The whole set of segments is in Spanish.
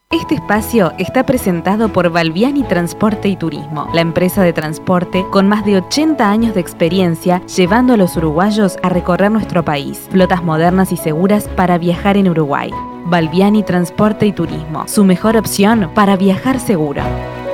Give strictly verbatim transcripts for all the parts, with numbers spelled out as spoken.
Este espacio está presentado por Balbiani Transporte y Turismo, la empresa de transporte con más de ochenta años de experiencia llevando a los uruguayos a recorrer nuestro país. Flotas modernas y seguras para viajar en Uruguay. Balbiani Transporte y Turismo, su mejor opción para viajar seguro.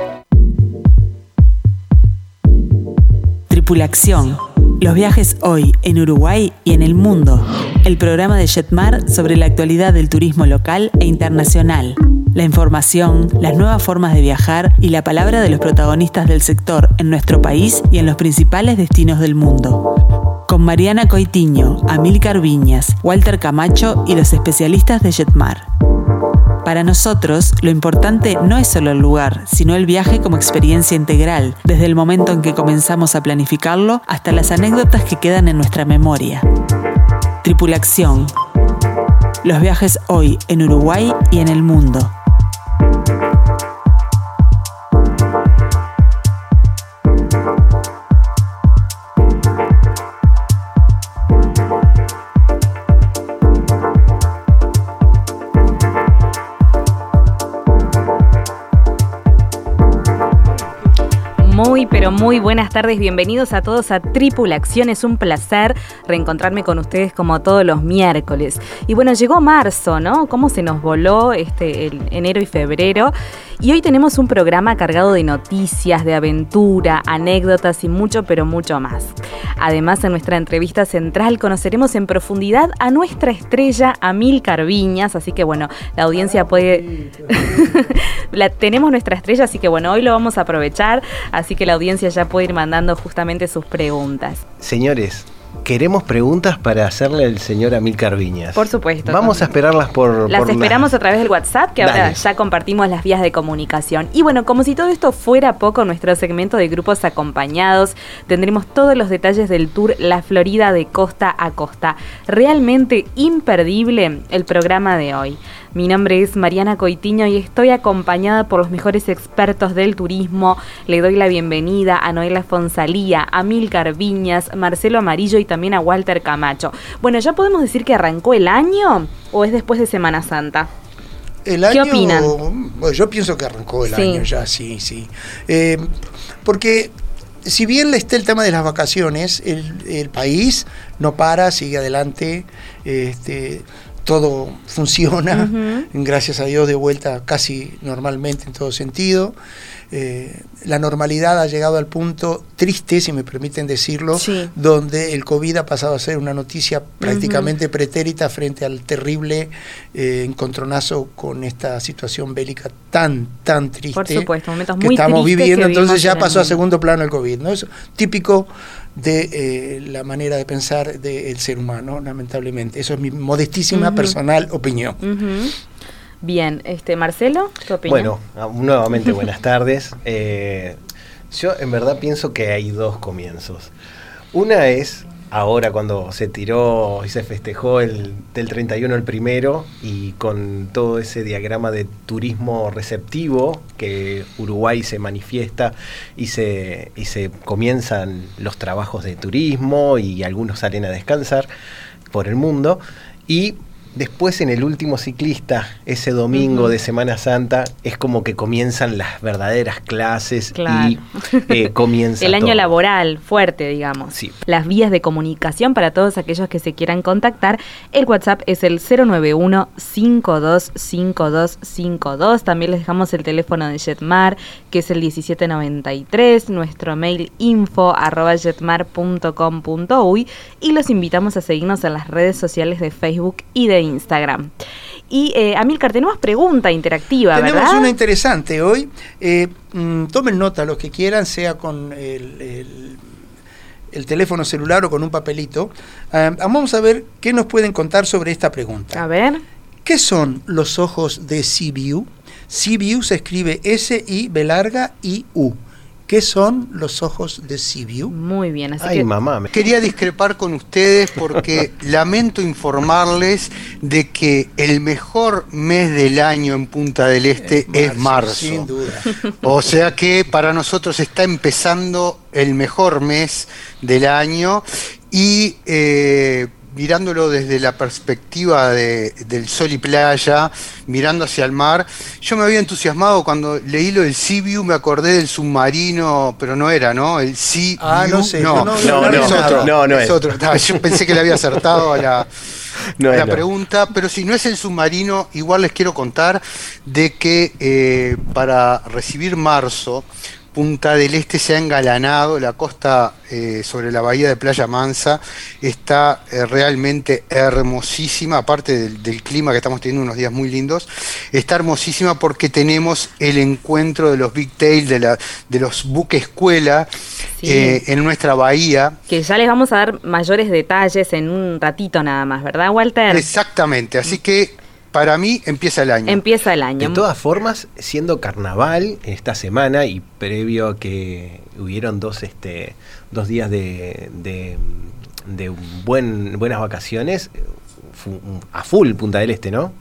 Tripulación. Los viajes hoy en Uruguay y en el mundo. El programa de Jetmar sobre la actualidad del turismo local e internacional. La información, las nuevas formas de viajar y la palabra de los protagonistas del sector en nuestro país y en los principales destinos del mundo. Con Mariana Coitiño, Amílcar Viñas, Walter Camacho y los especialistas de Jetmar. Para nosotros, lo importante no es solo el lugar, sino el viaje como experiencia integral, desde el momento en que comenzamos a planificarlo hasta las anécdotas que quedan en nuestra memoria. Tripulación. Los viajes hoy en Uruguay y en el mundo. Muy, pero muy buenas tardes, bienvenidos a todos a Tripulación. Es un placer reencontrarme con ustedes como todos los miércoles. Y bueno, llegó marzo, ¿no? Cómo se nos voló este el enero y febrero. Y hoy tenemos un programa cargado de noticias, de aventura, anécdotas y mucho, pero mucho más. Además, en nuestra entrevista central conoceremos en profundidad a nuestra estrella Amílcar Viñas. Así que bueno, la audiencia puede... la, tenemos nuestra estrella, así que bueno, hoy lo vamos a aprovechar. Así que la audiencia ya puede ir mandando justamente sus preguntas. Señores, queremos preguntas para hacerle al señor Amílcar Viñas. Por supuesto. Vamos a esperarlas por... Las por esperamos la... a través del WhatsApp, que Dale. Ahora ya compartimos las vías de comunicación. Y bueno, como si todo esto fuera poco, nuestro segmento de grupos acompañados, tendremos todos los detalles del tour La Florida de costa a costa. Realmente imperdible el programa de hoy. Mi nombre es Mariana Coitiño y estoy acompañada por los mejores expertos del turismo. Le doy la bienvenida a Noela Fonsalía, a Amílcar Viñas, Marcelo Amarillo y también a Walter Camacho. Bueno, ¿ya podemos decir que arrancó el año o es después de Semana Santa? El año, ¿Qué opinan? Bueno, yo pienso que arrancó el sí. año ya, sí, sí. Eh, porque si bien está el tema de las vacaciones, el, el país no para, sigue adelante, este... todo funciona, uh-huh. gracias a Dios, de vuelta casi normalmente en todo sentido. Eh, la normalidad ha llegado al punto triste, si me permiten decirlo, sí. donde el COVID ha pasado a ser una noticia prácticamente uh-huh. pretérita frente al terrible eh, encontronazo con esta situación bélica tan, tan triste. Por supuesto, momentos que muy estamos tristes viviendo, que entonces ya en pasó a segundo plano el COVID, ¿no? Es típico de eh, la manera de pensar del ser humano, lamentablemente. Eso es mi modestísima uh-huh. personal opinión. Uh-huh. Bien, este Marcelo, ¿qué opinión? Bueno, nuevamente buenas tardes. Eh, yo en verdad pienso que hay dos comienzos. Una es ahora cuando se tiró y se festejó el del treinta y uno el primero y con todo ese diagrama de turismo receptivo que Uruguay se manifiesta y se, y se comienzan los trabajos de turismo y algunos salen a descansar por el mundo. Y después en el último ciclista, ese domingo uh-huh. de Semana Santa, es como que comienzan las verdaderas clases claro. y eh, comienza el año todo. laboral fuerte, digamos. Sí. Las vías de comunicación para todos aquellos que se quieran contactar. El WhatsApp es el cero nueve uno, cinco dos cinco dos cinco dos. También les dejamos el teléfono de Jetmar, que es el diecisiete noventa y tres. Nuestro mail info arroba jetmar punto com punto uy. Y los invitamos a seguirnos en las redes sociales de Facebook y de Instagram. Y eh, Amílcar, tenemos pregunta interactiva, tenemos ¿verdad? Tenemos una interesante hoy. Eh, mm, tomen nota los que quieran, sea con el, el, el teléfono celular o con un papelito. Uh, vamos a ver qué nos pueden contar sobre esta pregunta. A ver. ¿Qué son los ojos de Sea-View? Sea-View se escribe S I B larga I U. ¿Qué son los ojos de Sea-View? Muy bien, así Ay, que... mamá. Me... Quería discrepar con ustedes porque lamento informarles de que el mejor mes del año en Punta del Este es marzo. Es marzo. Sin duda. O sea que para nosotros está empezando el mejor mes del año y... Eh, mirándolo desde la perspectiva de, del sol y playa, mirando hacia el mar. Yo me había entusiasmado cuando leí lo del Sea View, me acordé del submarino, pero no era, ¿no? El Sea Ah, View, no sé. no, no, no, no, es otro, no, no es es. otro. No, yo pensé que le había acertado a la, No a es, la no. pregunta, pero si no es el submarino, igual les quiero contar de que eh, para recibir marzo, Punta del Este se ha engalanado, la costa eh, sobre la bahía de Playa Mansa está eh, realmente hermosísima, aparte del, del clima que estamos teniendo unos días muy lindos, está hermosísima porque tenemos el encuentro de los Big Tail, de, la, de los buques escuela Sí. eh, en nuestra bahía. Que ya les vamos a dar mayores detalles en un ratito nada más, ¿verdad, Walter? Exactamente, así que para mí empieza el año. Empieza el año. De todas formas, siendo carnaval esta semana y previo a que hubieron dos este dos días de, de, de buen, buenas vacaciones, fu- a full Punta del Este, ¿no?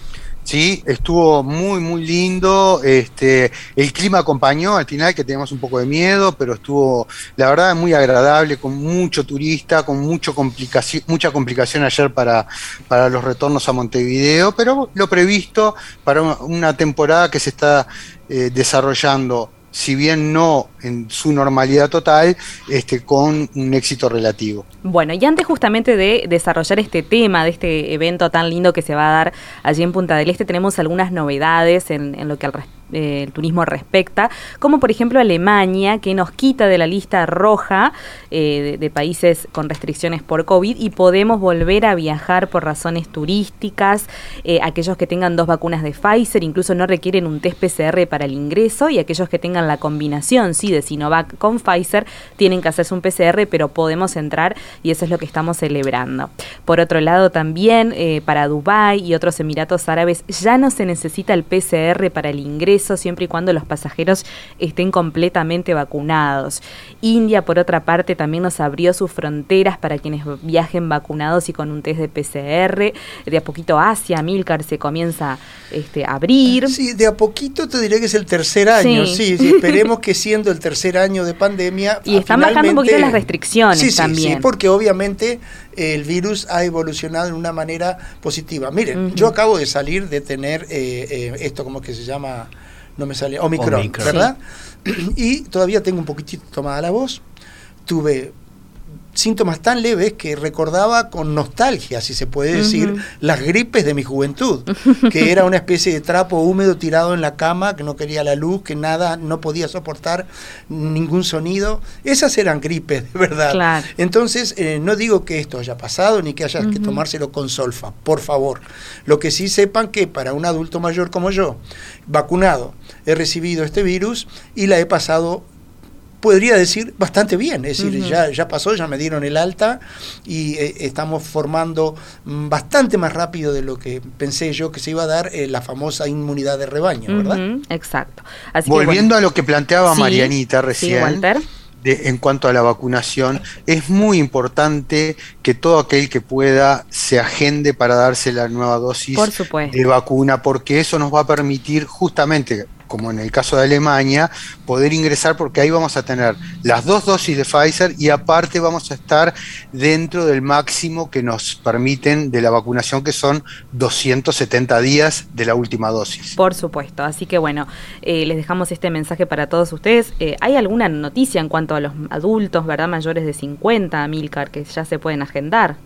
Sí, estuvo muy muy lindo, este, el clima acompañó al final, que teníamos un poco de miedo, pero estuvo la verdad muy agradable, con mucho turista, con mucho complicación, mucha complicación ayer para, para los retornos a Montevideo, pero lo previsto para una, una temporada que se está eh, desarrollando, si bien no en su normalidad total, este, con un éxito relativo. Bueno, y antes justamente de desarrollar este tema, de este evento tan lindo que se va a dar allí en Punta del Este, tenemos algunas novedades en, en lo que al respecto. Eh, el turismo respecta, como por ejemplo Alemania, que nos quita de la lista roja eh, de, de países con restricciones por COVID y podemos volver a viajar por razones turísticas. Eh, aquellos que tengan dos vacunas de Pfizer incluso no requieren un test P C R para el ingreso, y aquellos que tengan la combinación sí de Sinovac con Pfizer tienen que hacerse un P C R, pero podemos entrar, y eso es lo que estamos celebrando. Por otro lado también eh, para Dubái y otros Emiratos Árabes ya no se necesita el P C R para el ingreso, siempre y cuando los pasajeros estén completamente vacunados. India, por otra parte, también nos abrió sus fronteras para quienes viajen vacunados y con un test de P C R. De a poquito Asia, Milcar, se comienza este, a abrir. Sí, de a poquito te diré que es el tercer año. Sí. Sí, sí, esperemos que siendo el tercer año de pandemia. Y están bajando un poquito las restricciones sí, sí, también. Sí, porque obviamente el virus ha evolucionado en una manera positiva. Miren, Uh-huh. yo acabo de salir de tener eh, eh, esto, como que se llama, no me sale, Omicron, Omicron. ¿verdad? Sí. Y todavía tengo un poquitito tomada la voz. Tuve síntomas tan leves que recordaba con nostalgia, si se puede decir, uh-huh. las gripes de mi juventud, que era una especie de trapo húmedo tirado en la cama, que no quería la luz, que nada, no podía soportar ningún sonido. Esas eran gripes, de verdad. Claro. Entonces, eh, no digo que esto haya pasado, ni que haya uh-huh. que tomárselo con solfa, por favor. Lo que sí sepan que para un adulto mayor como yo, vacunado, he recibido este virus y la he pasado, podría decir, bastante bien. Es decir, uh-huh. ya, ya pasó, ya me dieron el alta y eh, estamos formando bastante más rápido de lo que pensé yo que se iba a dar eh, la famosa inmunidad de rebaño, uh-huh. ¿verdad? Exacto. Así Volviendo que, bueno, a lo que planteaba sí, Marianita recién, sí, Walter. De, en cuanto a la vacunación, es muy importante que todo aquel que pueda se agende para darse la nueva dosis Por supuesto. de vacuna, porque eso nos va a permitir justamente, como en el caso de Alemania, poder ingresar, porque ahí vamos a tener las dos dosis de Pfizer y aparte vamos a estar dentro del máximo que nos permiten de la vacunación, que son doscientos setenta días de la última dosis. Por supuesto, así que bueno, eh, les dejamos este mensaje para todos ustedes. Eh, ¿Hay alguna noticia en cuanto a los adultos, verdad, mayores de cincuenta, Amílcar, que ya se pueden agendar?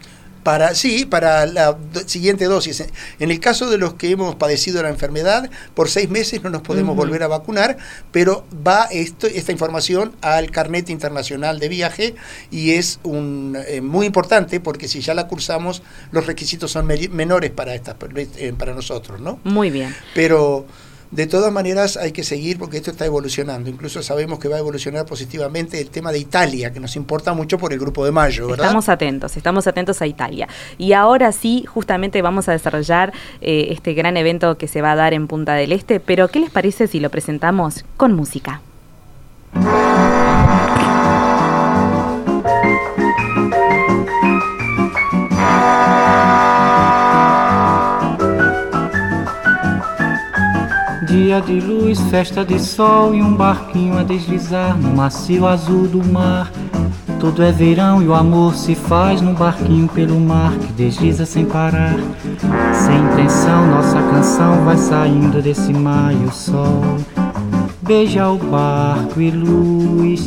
Para, sí, para la do- siguiente dosis. En el caso de los que hemos padecido la enfermedad, por seis meses no nos podemos uh-huh. volver a vacunar, pero va esto, esta información al carnet internacional de viaje y es un eh, muy importante porque si ya la cursamos, los requisitos son me- menores para, estas, eh, para nosotros, ¿no? Muy bien. Pero de todas maneras hay que seguir porque esto está evolucionando. Incluso sabemos que va a evolucionar positivamente el tema de Italia, que nos importa mucho por el Grupo de Mayo, ¿verdad? Estamos atentos, estamos atentos a Italia. Y ahora sí, justamente vamos a desarrollar eh, este gran evento que se va a dar en Punta del Este, pero ¿qué les parece si lo presentamos con música? Dia de luz, festa de sol e um barquinho a deslizar no macio azul do mar. Tudo é verão e o amor se faz num barquinho pelo mar que desliza sem parar. Sem intenção, nossa canção vai saindo desse mar e o sol beija o barco e luz,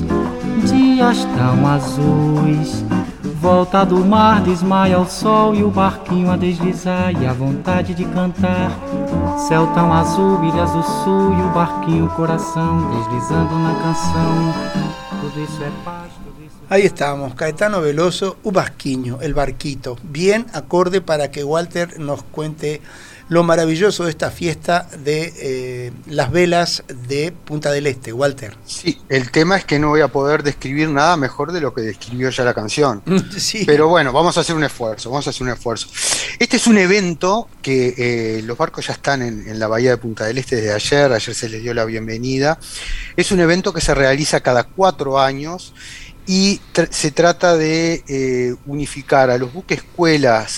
dias tão azuis. Volta do mar, desmaia o sol e o barquinho a deslizar e a vontade de cantar. Céu tão azul, ilhas do sul e o barquinho coração deslizando na canção. Tudo isso é paz, tudo isso é... Ahí estamos, Caetano Veloso, U Barquinho, el barquito. Bien acorde para que Walter nos cuente lo maravilloso de esta fiesta de eh, las velas de Punta del Este. Walter. Sí, el tema es que no voy a poder describir nada mejor de lo que describió ya la canción. Sí. Pero bueno, vamos a hacer un esfuerzo, vamos a hacer un esfuerzo. Este es un evento que eh, los barcos ya están en, en la bahía de Punta del Este desde ayer, ayer se les dio la bienvenida. Es un evento que se realiza cada cuatro años y tr- se trata de eh, unificar a los buques escuelas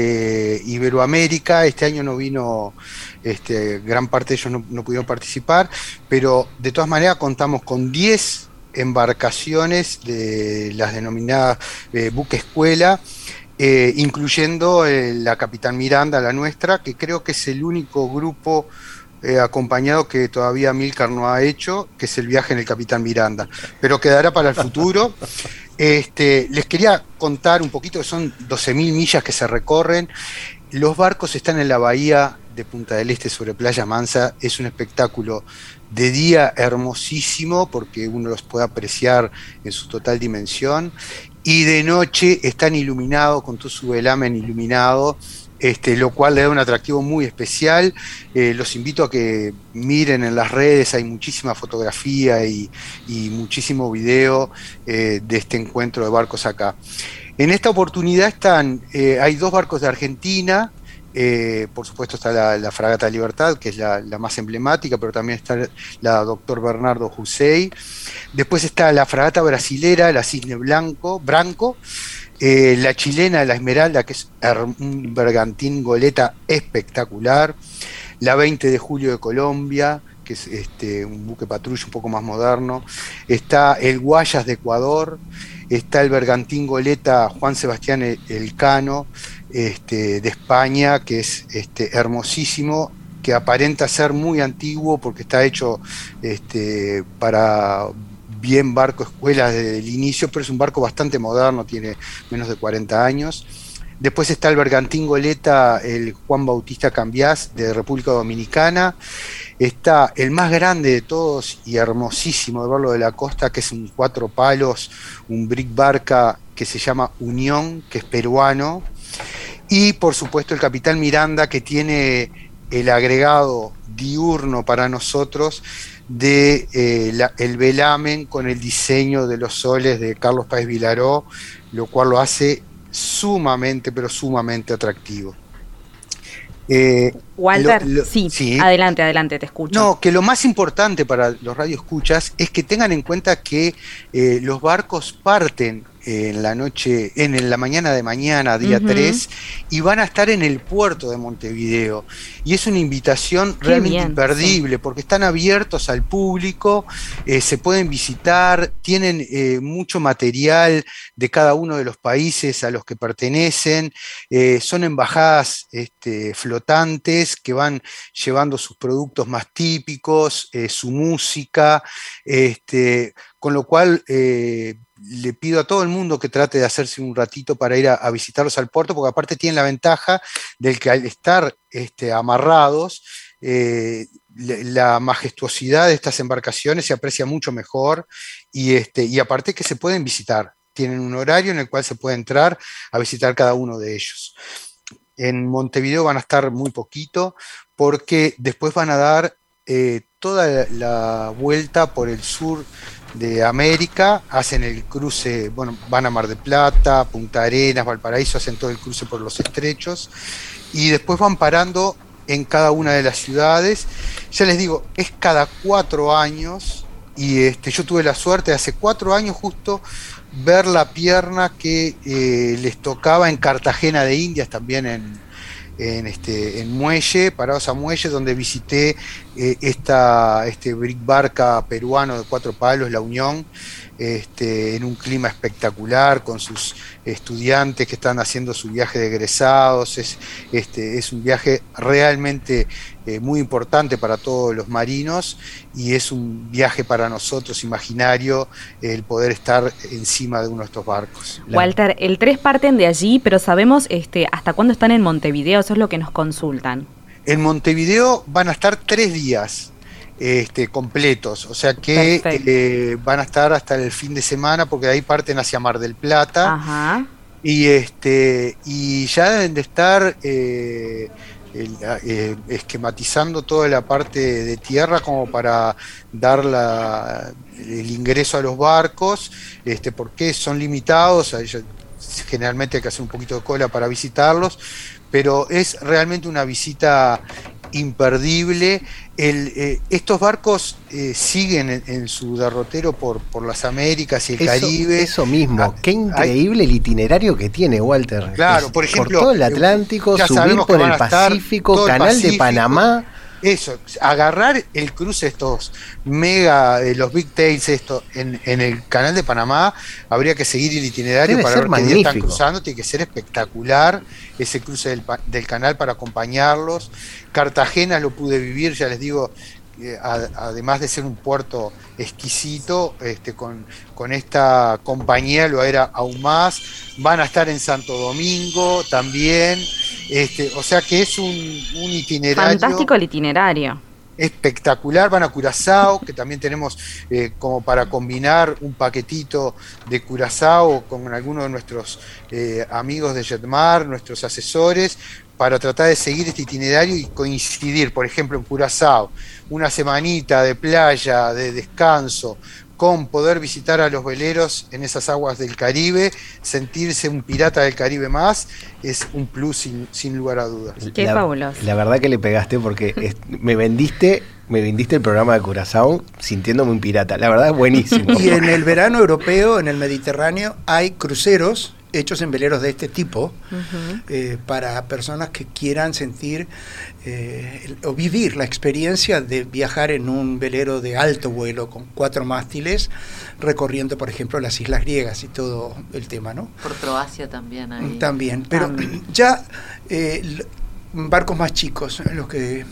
de Iberoamérica. Este año no vino, este, gran parte de ellos no, no pudieron participar, pero de todas maneras contamos con diez embarcaciones de las denominadas eh, buque escuela, eh, incluyendo eh, la Capitán Miranda, la nuestra, que creo que es el único grupo Eh, acompañado que todavía Milcar no ha hecho, que es el viaje en el Capitán Miranda, pero quedará para el futuro. Este, les quería contar un poquito, que son doce mil millas que se recorren. Los barcos están en la bahía de Punta del Este sobre Playa Mansa. Es un espectáculo de día hermosísimo porque uno los puede apreciar en su total dimensión, y de noche están iluminados con todo su velamen iluminado. Este, lo cual le da un atractivo muy especial. Eh, los invito a que miren en las redes, hay muchísima fotografía y, y muchísimo video eh, de este encuentro de barcos acá. En esta oportunidad están, eh, hay dos barcos de Argentina, eh, por supuesto está la, la Fragata Libertad, que es la, la más emblemática, pero también está la Doctor Bernardo Jusey. Después está la Fragata Brasilera, la Cisne Blanco, Branco. Eh, la chilena, la Esmeralda, que es un bergantín goleta espectacular. La veinte de julio de Colombia, que es este, un buque patrulla un poco más moderno. Está el Guayas de Ecuador. Está el bergantín goleta Juan Sebastián Elcano, este, de España, que es este, hermosísimo, que aparenta ser muy antiguo porque está hecho este, para... bien barco escuela desde el inicio, pero es un barco bastante moderno, tiene menos de cuarenta años. Después está el bergantín goleta, el Juan Bautista Cambiás, de República Dominicana. Está el más grande de todos y hermosísimo de verlo de la costa, que es un cuatro palos, un brick barca que se llama Unión, que es peruano. Y por supuesto el Capitán Miranda, que tiene el agregado diurno para nosotros de eh, la, el velamen con el diseño de los soles de Carlos Páez Vilaró, lo cual lo hace sumamente, pero sumamente atractivo. Eh, Walter, lo, lo, sí, sí, adelante, adelante, te escucho. No, que lo más importante para los radioescuchas es que tengan en cuenta que eh, los barcos parten en la noche, en la mañana de mañana, día uh-huh. tres, y van a estar en el puerto de Montevideo. Y es una invitación Qué realmente bien, imperdible, sí. porque están abiertos al público, eh, se pueden visitar, tienen eh, mucho material de cada uno de los países a los que pertenecen, eh, son embajadas este, flotantes que van llevando sus productos más típicos, eh, su música, este, con lo cual... Eh, le pido a todo el mundo que trate de hacerse un ratito para ir a, a visitarlos al puerto, porque aparte tienen la ventaja del que al estar este, amarrados, eh, la majestuosidad de estas embarcaciones se aprecia mucho mejor, y, este, y aparte que se pueden visitar, tienen un horario en el cual se puede entrar a visitar cada uno de ellos. En Montevideo van a estar muy poquito, porque después van a dar eh, toda la vuelta por el sur de América, hacen el cruce, bueno, van a Mar del Plata, Punta Arenas, Valparaíso, hacen todo el cruce por los estrechos, y después van parando en cada una de las ciudades. Ya les digo, es cada cuatro años, y este, yo tuve la suerte de hace cuatro años justo ver la pierna que eh, les tocaba en Cartagena de Indias, también en En, este, en Muelle, parados a Muelle, donde visité eh, esta, este brick barca peruano de cuatro palos, La Unión, este, en un clima espectacular, con sus estudiantes que están haciendo su viaje de egresados. Es, este, es un viaje realmente eh, muy importante para todos los marinos, y es un viaje para nosotros imaginario el poder estar encima de uno de estos barcos. Walter, el tres parten de allí, pero sabemos este, hasta cuándo están en Montevideo, eso es lo que nos consultan. En Montevideo van a estar tres días. Este, completos, o sea que eh, van a estar hasta el fin de semana, porque de ahí parten hacia Mar del Plata. Ajá. y este y ya deben de estar eh, el, eh, esquematizando toda la parte de tierra como para dar la, el ingreso a los barcos, este, porque son limitados, generalmente hay que hacer un poquito de cola para visitarlos, pero es realmente una visita imperdible. El, eh, estos barcos eh, siguen en, en su derrotero por, por las Américas y el eso, Caribe. Eso mismo, ah, qué increíble hay, el itinerario que tiene, Walter. Claro, es, por ejemplo, por todo el Atlántico, ya subir por el Pacífico, Pacífico, Canal Pacífico, de Panamá. Eso, agarrar el cruce estos mega, eh, los Big Tails esto en, en el Canal de Panamá, habría que seguir el itinerario Debe para ser ver magnífico. qué día están cruzando, tiene que ser espectacular ese cruce del, del canal para acompañarlos. Cartagena lo pude vivir, ya les digo, eh, a, además de ser un puerto exquisito, este, con, con esta compañía lo era aún más. Van a estar en Santo Domingo también. Este, o sea que es un, un itinerario fantástico, el itinerario espectacular. Van a Curazao, que también tenemos eh, como para combinar un paquetito de Curazao con algunos de nuestros eh, amigos de Jetmar, nuestros asesores, para tratar de seguir este itinerario y coincidir, por ejemplo, en Curazao, una semanita de playa, de descanso, con poder visitar a los veleros en esas aguas del Caribe, sentirse un pirata del Caribe más, es un plus sin, sin lugar a dudas. Qué la, fabuloso. La verdad que le pegaste, porque es, me vendiste me vendiste el programa de Curazao sintiéndome un pirata. La verdad es buenísimo. Y en el verano europeo, en el Mediterráneo, hay cruceros hechos en veleros de este tipo, uh-huh. eh, para personas que quieran sentir eh, o vivir la experiencia de viajar en un velero de alto vuelo con cuatro mástiles, recorriendo, por ejemplo, las islas griegas y todo el tema, ¿no? Por Croacia también hay. También, pero también. ya eh, barcos más chicos, los que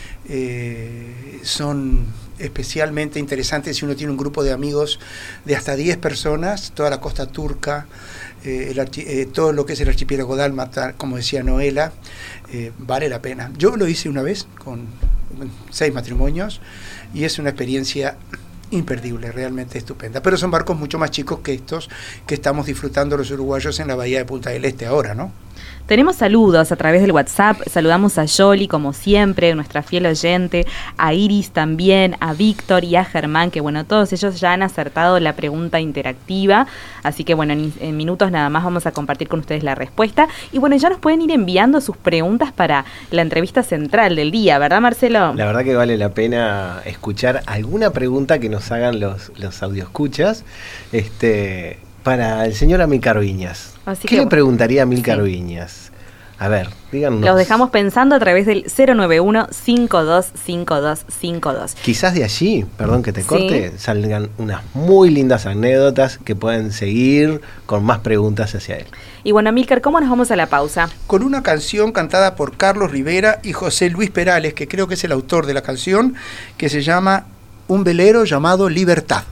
eh, son especialmente interesantes si uno tiene un grupo de amigos de hasta diez personas, toda la costa turca, eh, el archi- eh, todo lo que es el archipiélago dálmata, como decía Noela, eh, vale la pena. Yo lo hice una vez con seis matrimonios y es una experiencia imperdible, realmente estupenda. Pero son barcos mucho más chicos que estos que estamos disfrutando los uruguayos en la bahía de Punta del Este ahora, ¿no? Tenemos saludos a través del WhatsApp. Saludamos a Yoli, como siempre, nuestra fiel oyente, a Iris también, a Víctor y a Germán, que bueno, todos ellos ya han acertado la pregunta interactiva, así que bueno, en, en minutos nada más vamos a compartir con ustedes la respuesta. Y bueno, ya nos pueden ir enviando sus preguntas para la entrevista central del día, ¿verdad, Marcelo? La verdad que vale la pena escuchar alguna pregunta que nos hagan los, los audioscuchas, este, para el señor Amílcar Viñas. Así ¿Qué que, le preguntaría a Amílcar sí. Viñas? A ver, díganos. Los dejamos pensando a través del cero nueve uno, cinco dos cinco dos cinco dos. Quizás de allí, perdón que te corte, sí. salgan unas muy lindas anécdotas que pueden seguir con más preguntas hacia él. Y bueno, Amílcar, ¿cómo nos vamos a la pausa? Con una canción cantada por Carlos Rivera y José Luis Perales, que creo que es el autor de la canción, que se llama Un velero llamado Libertad.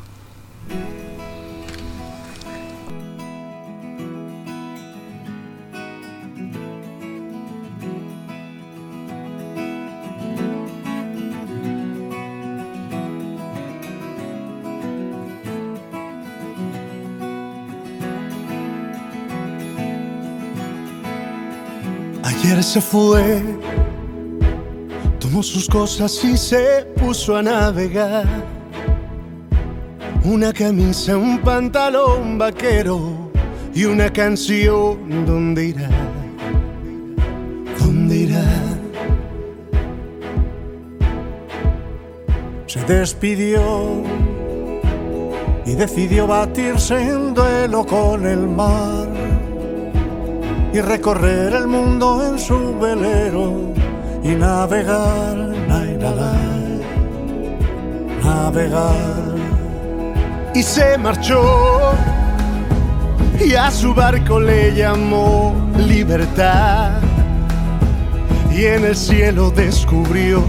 Ayer se fue, tomó sus cosas y se puso a navegar. Una camisa, un pantalón vaquero y una canción. ¿Dónde irá? ¿Dónde irá? Se despidió y decidió batirse en duelo con el mar y recorrer el mundo en su velero y navegar, na, na, na. navegar. Y se marchó, y a su barco le llamó libertad. Y en el cielo descubrió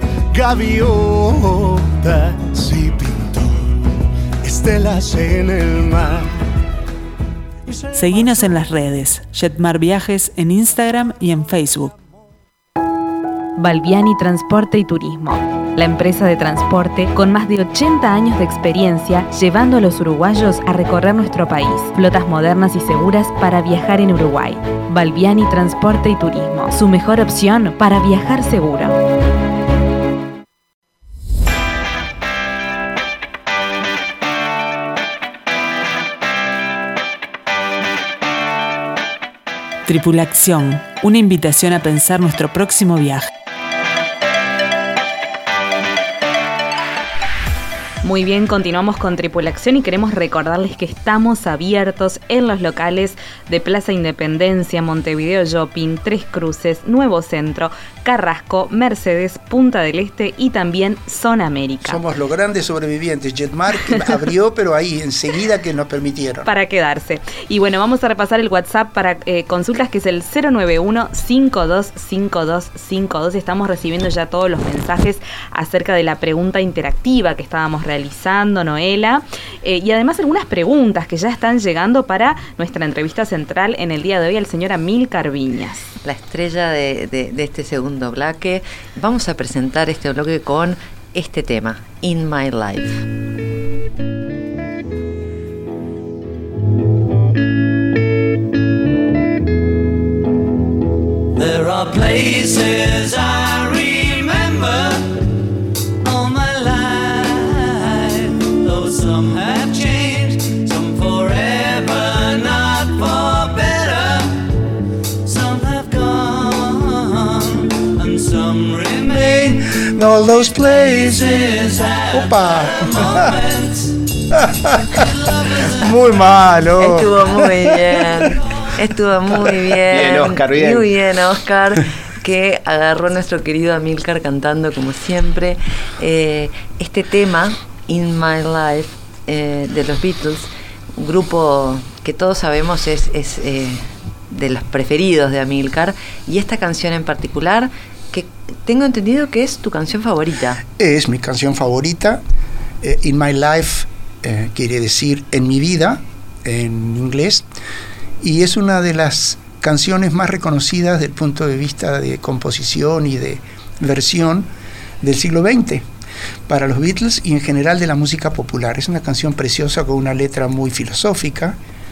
gaviotas y pintó estelas en el mar. Seguinos en las redes, Jetmar Viajes en Instagram y en Facebook. Balbiani Transporte y Turismo, la empresa de transporte con más de ochenta años de experiencia llevando a los uruguayos a recorrer nuestro país. Flotas modernas y seguras para viajar en Uruguay. Balbiani Transporte y Turismo, su mejor opción para viajar seguro. Tripulación, una invitación a pensar nuestro próximo viaje. Muy bien, continuamos con Tripulación y queremos recordarles que estamos abiertos en los locales de Plaza Independencia, Montevideo Shopping, Tres Cruces, Nuevo Centro, Carrasco, Mercedes, Punta del Este y también Zona América. Somos los grandes sobrevivientes. Jetmar abrió, pero ahí, enseguida que nos permitieron. Para quedarse. Y bueno, vamos a repasar el WhatsApp para eh, consultas, que es el cero nueve uno, cinco dos cinco dos cinco dos. Estamos recibiendo ya todos los mensajes acerca de la pregunta interactiva que estábamos realizando. realizando, Noela, eh, y además algunas preguntas que ya están llegando para nuestra entrevista central en el día de hoy al señor Amílcar Viñas. La estrella de, de, de este segundo bloque. Vamos a presentar este bloque con este tema, In My Life. There are places I remember all my life, though some have changed, some forever, not for better. Some have gone, and some remain. All those places. Opa. Muy malo. Estuvo muy bien. Estuvo muy bien. Bien, Oscar, bien. Muy bien, Oscar, que agarró a nuestro querido Amílcar cantando como siempre. Eh, este tema, In My Life, eh, de los Beatles, un grupo que todos sabemos es, es eh, de los preferidos de Amílcar, y esta canción en particular, que tengo entendido que es tu canción favorita. Es mi canción favorita. Eh, In My Life eh, quiere decir en mi vida, en inglés. Y es una de las canciones más reconocidas desde el punto de vista de composición y de versión del siglo veinte para los Beatles y en general de la música popular. Es una canción preciosa con una letra muy filosófica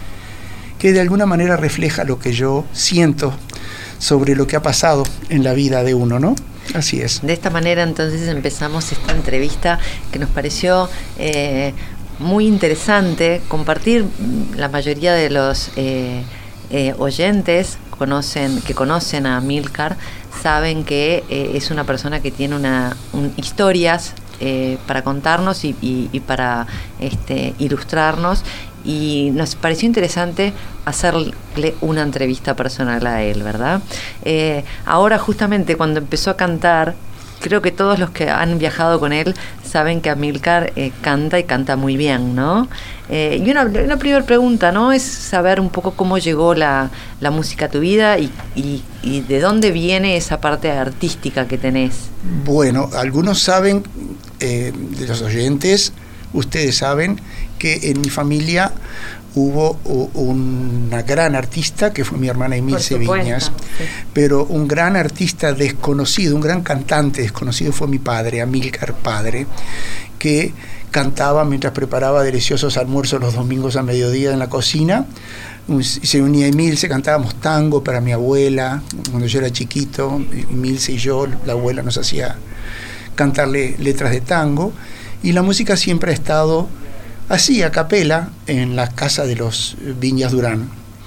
que de alguna manera refleja lo que yo siento sobre lo que ha pasado en la vida de uno, ¿no? Así es. De esta manera entonces empezamos esta entrevista que nos pareció eh, muy interesante compartir. La mayoría de los eh, eh, oyentes conocen, que conocen a Amílcar saben que eh, es una persona que tiene una un, historias eh, para contarnos y, y, y para este, ilustrarnos, y nos pareció interesante hacerle una entrevista personal a él, ¿verdad? Eh, ahora justamente cuando empezó a cantar, creo que todos los que han viajado con él saben que Amílcar eh, canta y canta muy bien, ¿no? Eh, y una, una primera pregunta, ¿no? Es saber un poco cómo llegó la, la música a tu vida y, y, y de dónde viene esa parte artística que tenés. Bueno, algunos saben, eh, de los oyentes, ustedes saben que en mi familia hubo una gran artista que fue mi hermana Emilce Viñas, sí. Pero un gran artista desconocido, un gran cantante desconocido fue mi padre, Amílcar padre, que cantaba mientras preparaba deliciosos almuerzos los domingos a mediodía en la cocina. Se unía a Emilce, cantábamos tango para mi abuela, cuando yo era chiquito, Emilce y yo, la abuela nos hacía cantarle letras de tango, y la música siempre ha estado así, a capela, en la casa de los Viñas Durán.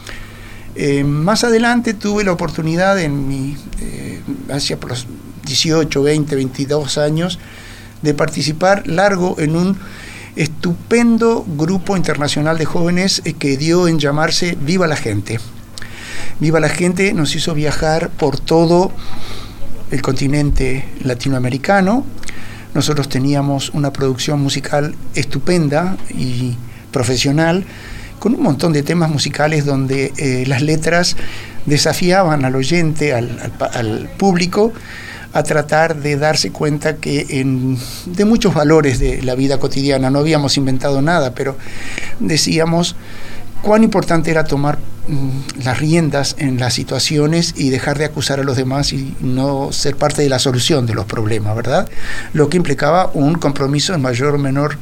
Eh, más adelante tuve la oportunidad, en mi, eh, hacia por los dieciocho, veinte, veintidós años, de participar largo en un estupendo grupo internacional de jóvenes que dio en llamarse Viva la Gente. Viva la Gente nos hizo viajar por todo el continente latinoamericano. nosotros teníamos una producción musical estupenda y profesional, con un montón de temas musicales donde eh, las letras desafiaban al oyente, al, al, al público, a tratar de darse cuenta que en, de muchos valores de la vida cotidiana. No habíamos inventado nada, pero decíamos cuán importante era tomar mm, las riendas en las situaciones y dejar de acusar a los demás y no ser parte de la solución de los problemas, ¿verdad? Lo que implicaba un compromiso en mayor o menor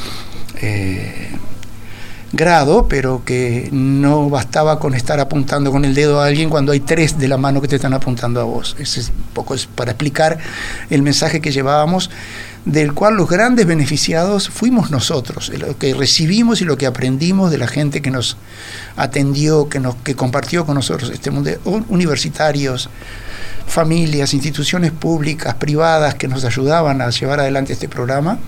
eh, grado, pero que no bastaba con estar apuntando con el dedo a alguien cuando hay tres de la mano que te están apuntando a vos. Ese es un poco es para explicar el mensaje que llevábamos, del cual los grandes beneficiados fuimos nosotros, lo que recibimos y lo que aprendimos de la gente que nos atendió, que nos que compartió con nosotros este mundo, universitarios, familias, instituciones públicas, privadas que nos ayudaban a llevar adelante este programa.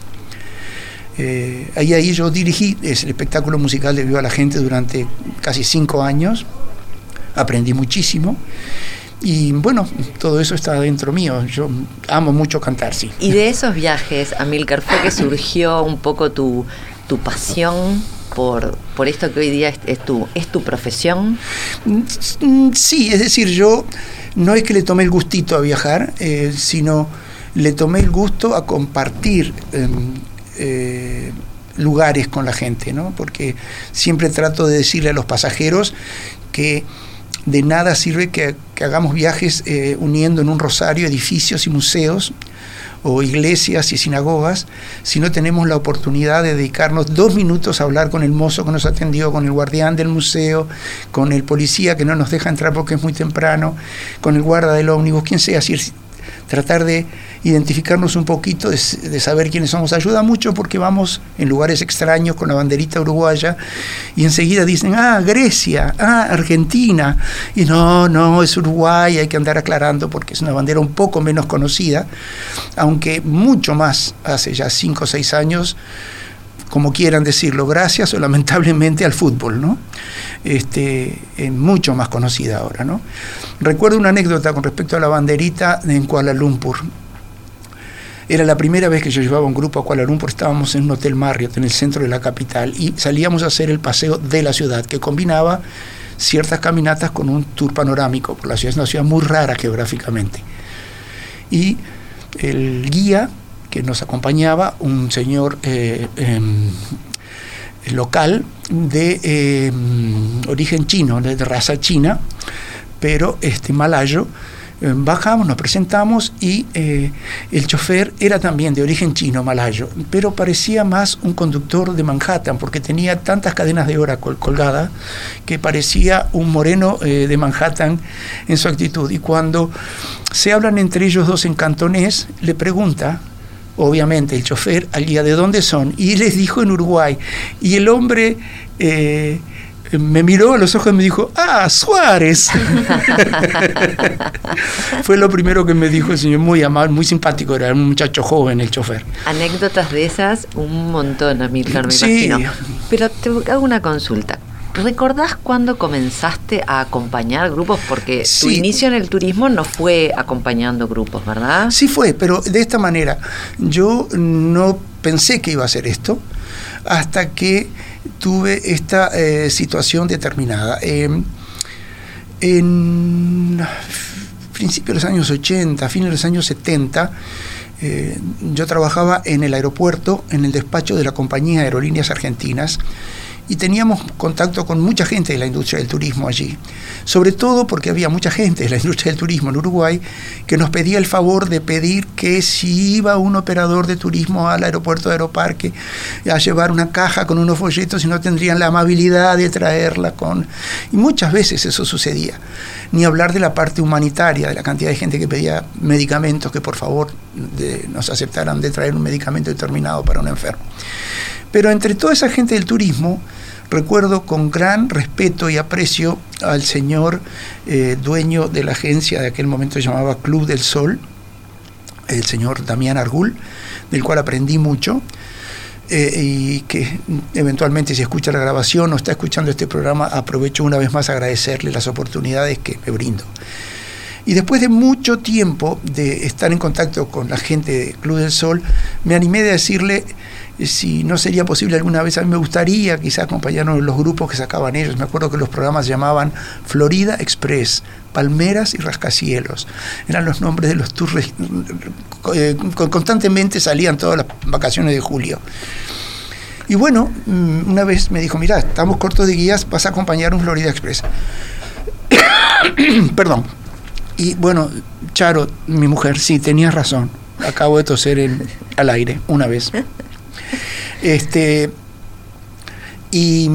Eh, ahí, ahí yo dirigí es el espectáculo musical de Viva la Gente durante casi cinco años, aprendí muchísimo y bueno, todo eso está dentro mío, yo amo mucho cantar, sí. Y de esos viajes, Amílcar, ¿fue que surgió un poco tu, tu pasión por, por esto que hoy día es, es, tu, es tu profesión? Sí, es decir, yo no es que le tomé el gustito a viajar, eh, sino le tomé el gusto a compartir eh, Eh, lugares con la gente, ¿no? Porque siempre trato de decirle a los pasajeros que de nada sirve que, que hagamos viajes eh, uniendo en un rosario edificios y museos o iglesias y sinagogas si no tenemos la oportunidad de dedicarnos dos minutos a hablar con el mozo que nos atendió, con el guardián del museo, con el policía que no nos deja entrar porque es muy temprano, con el guarda del ómnibus, quien sea, así, tratar de identificarnos un poquito, de, de saber quiénes somos. Ayuda mucho porque vamos en lugares extraños con la banderita uruguaya y enseguida dicen, ah, Grecia, ah, Argentina, y no, no, es Uruguay, hay que andar aclarando porque es una bandera un poco menos conocida, aunque mucho más hace ya cinco o seis años, como quieran decirlo, gracias o lamentablemente al fútbol, ¿no? Este, es mucho más conocida ahora, ¿no? Recuerdo una anécdota con respecto a la banderita en Kuala Lumpur. Era la primera vez que yo llevaba un grupo a Kuala Lumpur, estábamos en un hotel Marriott en el centro de la capital y salíamos a hacer el paseo de la ciudad, que combinaba ciertas caminatas con un tour panorámico por la ciudad. Es una ciudad muy rara geográficamente. Y el guía que nos acompañaba, un señor eh, eh, local de eh, origen chino, de raza china, pero este malayo, eh, bajamos, nos presentamos y eh, el chofer era también de origen chino, malayo, pero parecía más un conductor de Manhattan porque tenía tantas cadenas de oro col colgadas que parecía un moreno eh, de Manhattan en su actitud. Y cuando se hablan entre ellos dos en cantonés, le pregunta obviamente el chofer al guía de dónde son y les dijo en Uruguay y el hombre eh, me miró a los ojos y me dijo, ah, Suárez. Fue lo primero que me dijo el señor, muy amable, muy simpático, era un muchacho joven el chofer. Anécdotas de esas un montón, Amílcar, me sí. imagino. Pero te hago una consulta. ¿Recordás cuándo comenzaste a acompañar grupos? Porque sí. Tu inicio en el turismo no fue acompañando grupos, ¿verdad? Sí fue, pero de esta manera. Yo no pensé que iba a hacer esto hasta que tuve esta eh, situación determinada. Eh, en principios de los años ochenta, fines de los años setenta, eh, yo trabajaba en el aeropuerto, en el despacho de la compañía de Aerolíneas Argentinas, y teníamos contacto con mucha gente de la industria del turismo allí, sobre todo porque había mucha gente de la industria del turismo en Uruguay que nos pedía el favor de pedir que si iba un operador de turismo al aeropuerto de Aeroparque a llevar una caja con unos folletos y no tendrían la amabilidad de traerla con... Y muchas veces eso sucedía. Ni hablar de la parte humanitaria, de la cantidad de gente que pedía medicamentos, que por favor de, nos aceptaran de traer un medicamento determinado para un enfermo. Pero entre toda esa gente del turismo, recuerdo con gran respeto y aprecio al señor eh, dueño de la agencia de aquel momento se llamaba Club del Sol, el señor Damián Argul, del cual aprendí mucho, eh, y que eventualmente si escucha la grabación o está escuchando este programa, aprovecho una vez más a agradecerle las oportunidades que me brindo. Y después de mucho tiempo de estar en contacto con la gente de Club del Sol, me animé a decirle si no sería posible alguna vez. A mí me gustaría quizás acompañarnos en los grupos que sacaban ellos. Me acuerdo que los programas se llamaban Florida Express, Palmeras y Rascacielos. Eran los nombres de los tours. Eh, constantemente salían todas las vacaciones de julio. Y bueno, una vez me dijo, mira, estamos cortos de guías, vas a acompañar un Florida Express. Perdón. Y bueno, Charo, mi mujer, sí, tenías razón. Acabo de toser en, al aire una vez. Este, y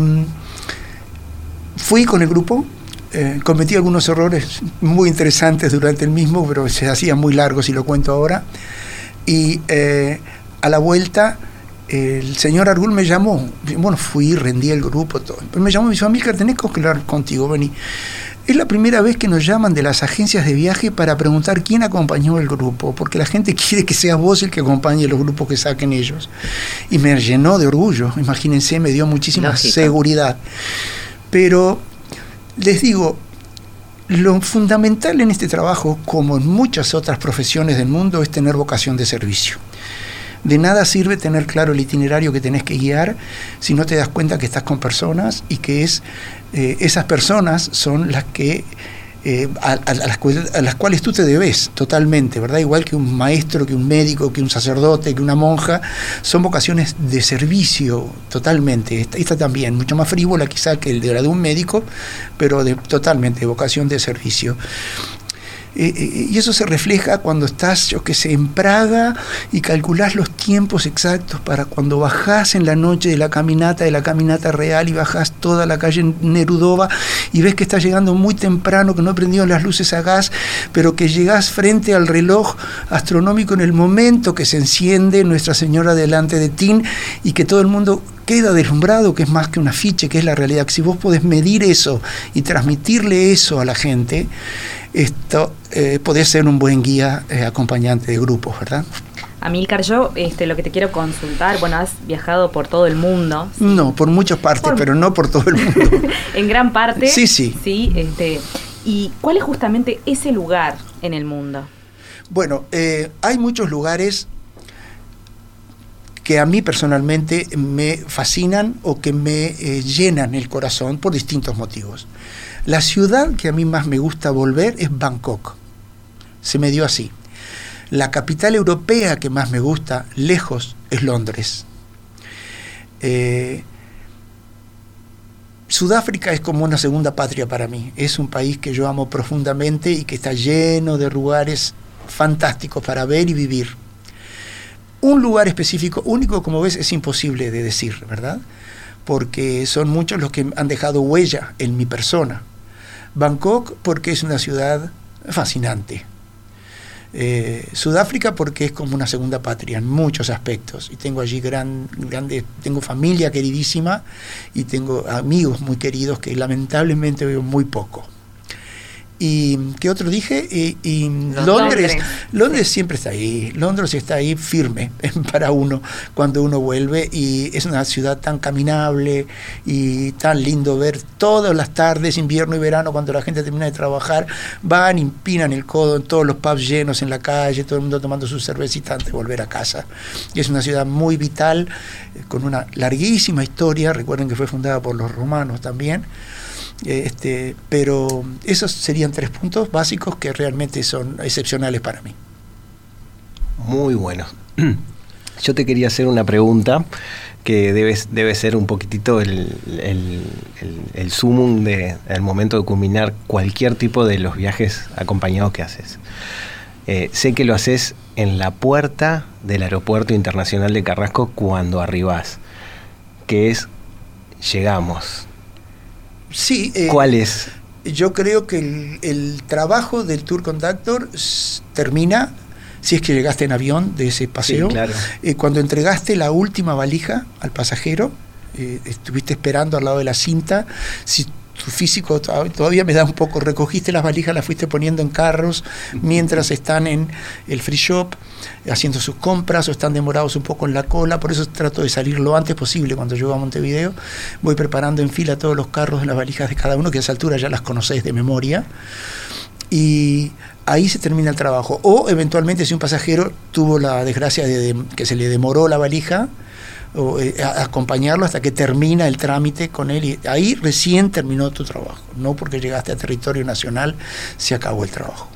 fui con el grupo, eh, cometí algunos errores muy interesantes durante el mismo, pero se hacían muy largos y lo cuento ahora. Y eh, a la vuelta, el señor Argul me llamó. Bueno, fui, rendí el grupo, todo. Pero me llamó y me dijo, Amílcar, tenés que hablar contigo, vení. Es la primera vez que nos llaman de las agencias de viaje para preguntar quién acompañó el grupo, porque la gente quiere que seas vos el que acompañe los grupos que saquen ellos. Y me llenó de orgullo, imagínense, me dio muchísima Lógico. seguridad. Pero les digo, lo fundamental en este trabajo, como en muchas otras profesiones del mundo, es tener vocación de servicio. De nada sirve tener claro el itinerario que tenés que guiar si no te das cuenta que estás con personas y que es eh, esas personas son las que eh, a, a, las cuales, a las cuales tú te debes totalmente, ¿verdad? Igual que un maestro, que un médico, que un sacerdote, que una monja, son vocaciones de servicio totalmente. Esta, esta también, mucho más frívola quizá que el de la de un médico, pero de, totalmente de vocación de servicio. Eh, eh, y eso se refleja cuando estás, yo qué sé, en Praga y calculás los tiempos exactos para cuando bajás en la noche de la caminata, de la caminata real, y bajás toda la calle Nerudova y ves que estás llegando muy temprano, que no he prendido las luces a gas, pero que llegás frente al reloj astronómico en el momento que se enciende Nuestra Señora delante de ti y que todo el mundo queda deslumbrado, que es más que un afiche, que es la realidad. Si vos podés medir eso y transmitirle eso a la gente, esto eh, podés ser un buen guía eh, acompañante de grupos, ¿verdad? Amílcar, yo este, lo que te quiero consultar, bueno, has viajado por todo el mundo. ¿Sí? No, por muchas partes, por... pero no por todo el mundo. En gran parte. Sí, sí. Sí, este, ¿y cuál es justamente ese lugar en el mundo? Bueno, eh, hay muchos lugares que a mí personalmente me fascinan o que me eh, llenan el corazón por distintos motivos. La ciudad que a mí más me gusta volver es Bangkok. Se me dio así. La capital europea que más me gusta, lejos, es Londres. Eh, Sudáfrica es como una segunda patria para mí. Es un país que yo amo profundamente y que está lleno de lugares fantásticos para ver y vivir. Un lugar específico, único, como ves, es imposible de decir, ¿verdad? Porque son muchos los que han dejado huella en mi persona. Bangkok, porque es una ciudad fascinante. Eh, Sudáfrica, porque es como una segunda patria en muchos aspectos. Y tengo allí gran, grande, tengo familia queridísima y tengo amigos muy queridos que lamentablemente veo muy poco. ¿Y qué otro dije? Y, y Londres, Londres, Londres sí. Siempre está ahí. Londres está ahí firme para uno cuando uno vuelve, y es una ciudad tan caminable y tan lindo ver todas las tardes, invierno y verano, cuando la gente termina de trabajar, van y empinan el codo en todos los pubs llenos en la calle, todo el mundo tomando su cervecita antes de volver a casa. Y es una ciudad muy vital, con una larguísima historia. Recuerden que fue fundada por los romanos también. Este, pero esos serían tres puntos básicos que realmente son excepcionales para mí. Muy bueno. Yo te quería hacer una pregunta que debe, debe ser un poquitito el, el, el, el sumum de, el momento de culminar cualquier tipo de los viajes acompañados que haces. Eh, sé que lo haces en la puerta del Aeropuerto Internacional de Carrasco cuando arribás, que es llegamos. Sí. Eh, ¿Cuál es? Yo creo que el, el trabajo del Tour Conductor termina, si es que llegaste en avión de ese paseo, sí, claro. eh, cuando entregaste la última valija al pasajero, eh, estuviste esperando al lado de la cinta. Si tu físico todavía me da un poco, recogiste las valijas, las fuiste poniendo en carros mientras están en el free shop haciendo sus compras o están demorados un poco en la cola. Por eso trato de salir lo antes posible. Cuando llego a Montevideo voy preparando en fila todos los carros de las valijas de cada uno, que a esa altura ya las conocéis de memoria. y ahí se termina el trabajo. O eventualmente si un pasajero tuvo la desgracia de, de que se le demoró la valija, o eh, a, acompañarlo hasta que termina el trámite con él, y ahí recién terminó tu trabajo, no porque llegaste a territorio nacional se acabó el trabajo.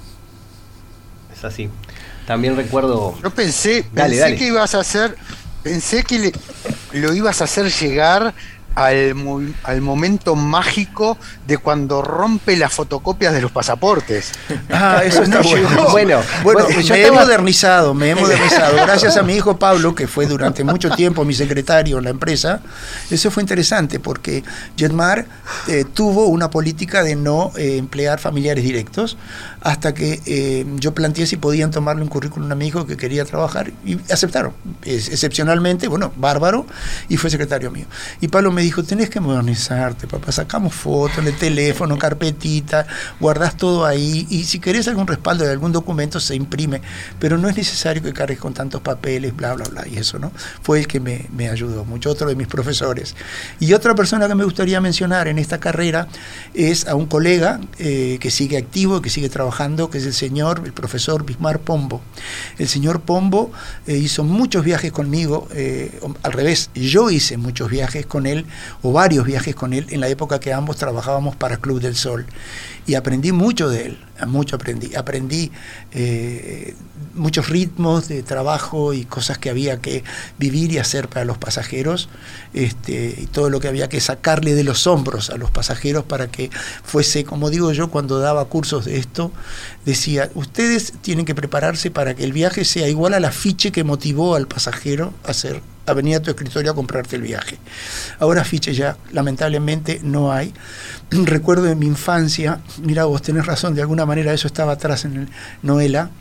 Es así. También recuerdo... Yo pensé, dale, pensé dale. que ibas a hacer, pensé que le, lo ibas a hacer llegar al, mo- al momento mágico de cuando rompe las fotocopias de los pasaportes. Ah, eso está No bueno. llegó. Bueno, Bueno, bueno, yo me he estaba- modernizado, me he modernizado. Gracias a mi hijo Pablo, que fue durante mucho tiempo mi secretario en la empresa. Eso fue interesante porque Jetmar eh, tuvo una política de no eh, emplear familiares directos, hasta que eh, yo planteé si podían tomarle un currículum a mi hijo que quería trabajar, y aceptaron. Es, excepcionalmente, bueno, bárbaro, y fue secretario mío. Y Pablo me dijo, tenés que modernizarte, papá, sacamos fotos en el teléfono, carpetita, guardás todo ahí, y si querés algún respaldo de algún documento se imprime, pero no es necesario que cargues con tantos papeles, bla, bla, bla, y eso, ¿no? Fue el que me, me ayudó mucho, otro de mis profesores. Y otra persona que me gustaría mencionar en esta carrera es a un colega eh, que sigue activo, que sigue trabajando, que es el señor, el profesor Bismar Pombo. El señor Pombo eh, hizo muchos viajes conmigo, eh, al revés, yo hice muchos viajes con él, o varios viajes con él, en la época que ambos trabajábamos para Club del Sol. Y aprendí mucho de él, mucho aprendí. Aprendí eh, muchos ritmos de trabajo y cosas que había que vivir y hacer para los pasajeros, este, y todo lo que había que sacarle de los hombros a los pasajeros para que fuese, como digo yo, cuando daba cursos de esto, decía, ustedes tienen que prepararse para que el viaje sea igual al afiche que motivó al pasajero a hacer a venir a tu escritorio a comprarte el viaje. Ahora afiches ya, lamentablemente, no hay. Recuerdo de mi infancia, mira vos, tenés razón, de alguna manera eso estaba atrás en el Noela.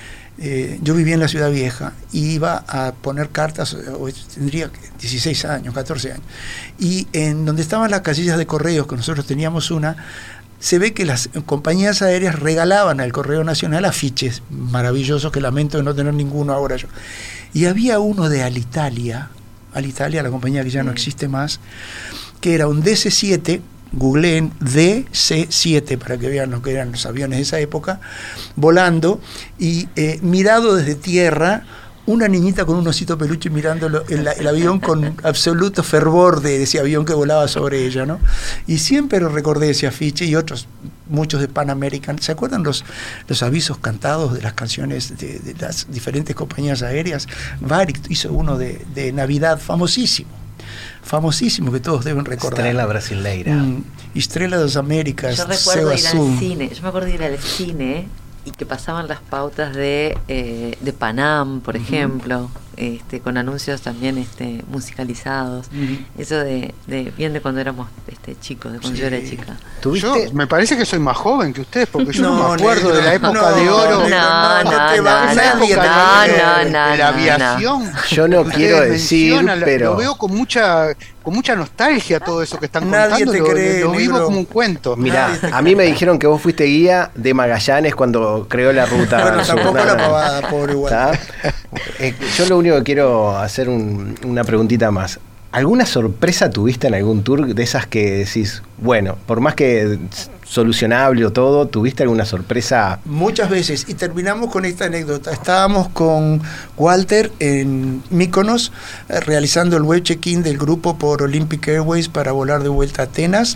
Eh, yo vivía en la Ciudad Vieja y iba a poner cartas, o tendría dieciséis años, catorce años, y en donde estaban las casillas de correos, que nosotros teníamos una, se ve que las compañías aéreas regalaban al Correo Nacional afiches maravillosos, que lamento de no tener ninguno ahora yo. Y había uno de Alitalia, Alitalia, la compañía que ya no existe más, que era un D C siete, googleen D C siete para que vean lo que eran los aviones de esa época, volando, y eh, mirado desde tierra, una niñita con un osito peluche mirando el, el avión con absoluto fervor de ese avión que volaba sobre ella, ¿no? Y siempre lo recordé ese afiche, y otros, muchos de Pan American. ¿Se acuerdan los, los avisos cantados de las canciones de, de las diferentes compañías aéreas? Varig hizo uno de, de Navidad famosísimo, famosísimo, que todos deben recordar. Estrella Brasileira. Mm, Estrella das Américas. Yo recuerdo Seu ir Azul. al cine, yo me acuerdo de ir al cine y que pasaban las pautas de, eh, de Panam, por uh-huh. ejemplo, este, con anuncios también este, musicalizados. Uh-huh. Eso de, de bien de cuando éramos este, chicos, de cuando sí. yo era chica. Yo me parece que soy más joven que ustedes, porque yo no, no me acuerdo negro, de la época no, de oro. No, no, no, no, de la no, época no, de, no, de, no, de la aviación. Yo no quiero decir, pero lo veo con mucha con mucha nostalgia todo eso que están Nadie contando, te lo, cree, lo vivo negro. como un cuento. Mirá, a mí me dijeron que vos fuiste guía de Magallanes cuando creó la ruta. Bueno, sur. tampoco no, la no. pavada, pobre igual. Eh, yo lo único que quiero hacer un, una preguntita más. ¿Alguna sorpresa tuviste en algún tour de esas que decís, bueno, por más que solucionable o todo, tuviste alguna sorpresa? Muchas veces, y terminamos con esta anécdota. Estábamos con Walter en Mykonos eh, realizando el web check-in del grupo por Olympic Airways para volar de vuelta a Atenas,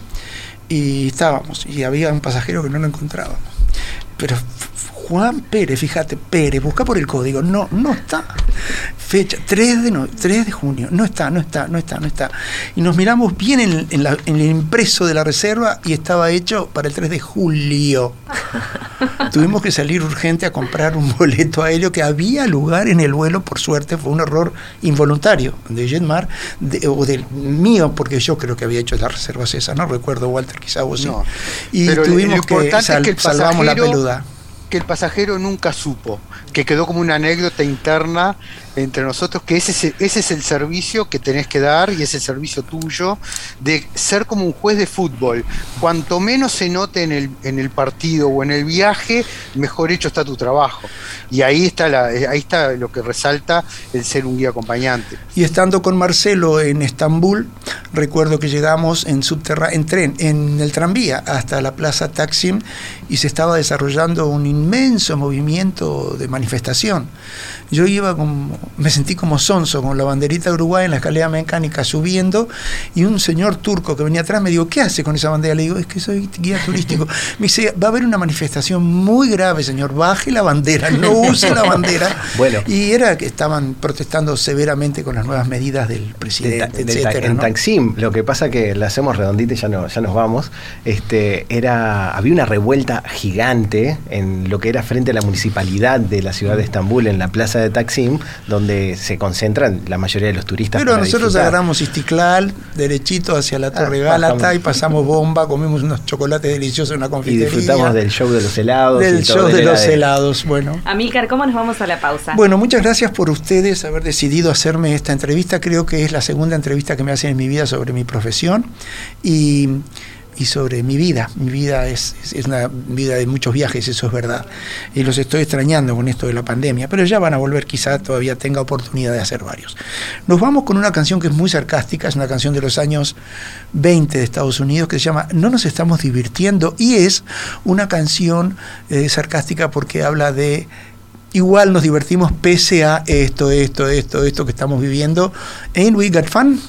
y estábamos, y había un pasajero que no lo encontrábamos. Pero Juan Pérez, fíjate, Pérez, busca por el código, no, no está. Fecha, tres de, no, tres de junio, no está, no está, no está, no está. Y nos miramos bien en, en, la, en el impreso de la reserva y estaba hecho para el tres de julio. Tuvimos que salir urgente a comprar un boleto aéreo, que había lugar en el vuelo, por suerte, fue un error involuntario de Jetmar, de, o del mío, porque yo creo que había hecho las reservas esas, no recuerdo, Walter, quizá vos sí. No, y tuvimos que, sal, que el salvamos la peluda. Que el pasajero nunca supo, que quedó como una anécdota interna entre nosotros, que ese es, el, ese es el servicio que tenés que dar, y es el servicio tuyo, de ser como un juez de fútbol. Cuanto menos se note en el, en el partido o en el viaje, mejor hecho está tu trabajo. Y ahí está, la, ahí está lo que resalta el ser un guía acompañante. Y estando con Marcelo en Estambul, recuerdo que llegamos en subterráneo, en tren, en el tranvía hasta la Plaza Taksim y se estaba desarrollando un inmenso movimiento de manifestación. Yo iba como, me sentí como sonso con la banderita de Uruguay en la escalera mecánica subiendo y un señor turco que venía atrás me dijo, ¿qué hace con esa bandera? Le digo, es que soy guía turístico. Me dice, va a haber una manifestación muy grave, señor, baje la bandera, no use la bandera. Bueno. Y era que estaban protestando severamente con las nuevas medidas del presidente, de, de, etcétera, en ¿no? Taksim, lo que pasa que la hacemos redondita y ya, no, ya nos vamos, este, era, había una revuelta gigante en lo que era frente a la municipalidad de la ciudad de Estambul, en la plaza de Taksim, donde se concentran la mayoría de los turistas. Pero para nosotros disfrutar. agarramos Istiklal, derechito hacia la Torre Ah, Gálata bajamos. y pasamos bomba, comimos unos chocolates deliciosos en una Y confitería. disfrutamos del show de los helados. Del y todo, show de era los helados, bueno. Amílcar, ¿cómo nos vamos a la pausa? Bueno, muchas gracias por ustedes haber decidido hacerme esta entrevista. Creo que es la segunda entrevista que me hacen en mi vida sobre mi profesión y, y sobre mi vida. Mi vida es, es, es una vida de muchos viajes, eso es verdad. Y los estoy extrañando con esto de la pandemia, pero ya van a volver, quizá todavía tenga oportunidad de hacer varios. Nos vamos con una canción que es muy sarcástica, es una canción de los años veinte de Estados Unidos que se llama No nos estamos divirtiendo y es una canción eh, sarcástica porque habla de igual nos divertimos pese a esto, esto, esto, esto que estamos viviendo. Ain't we got fun?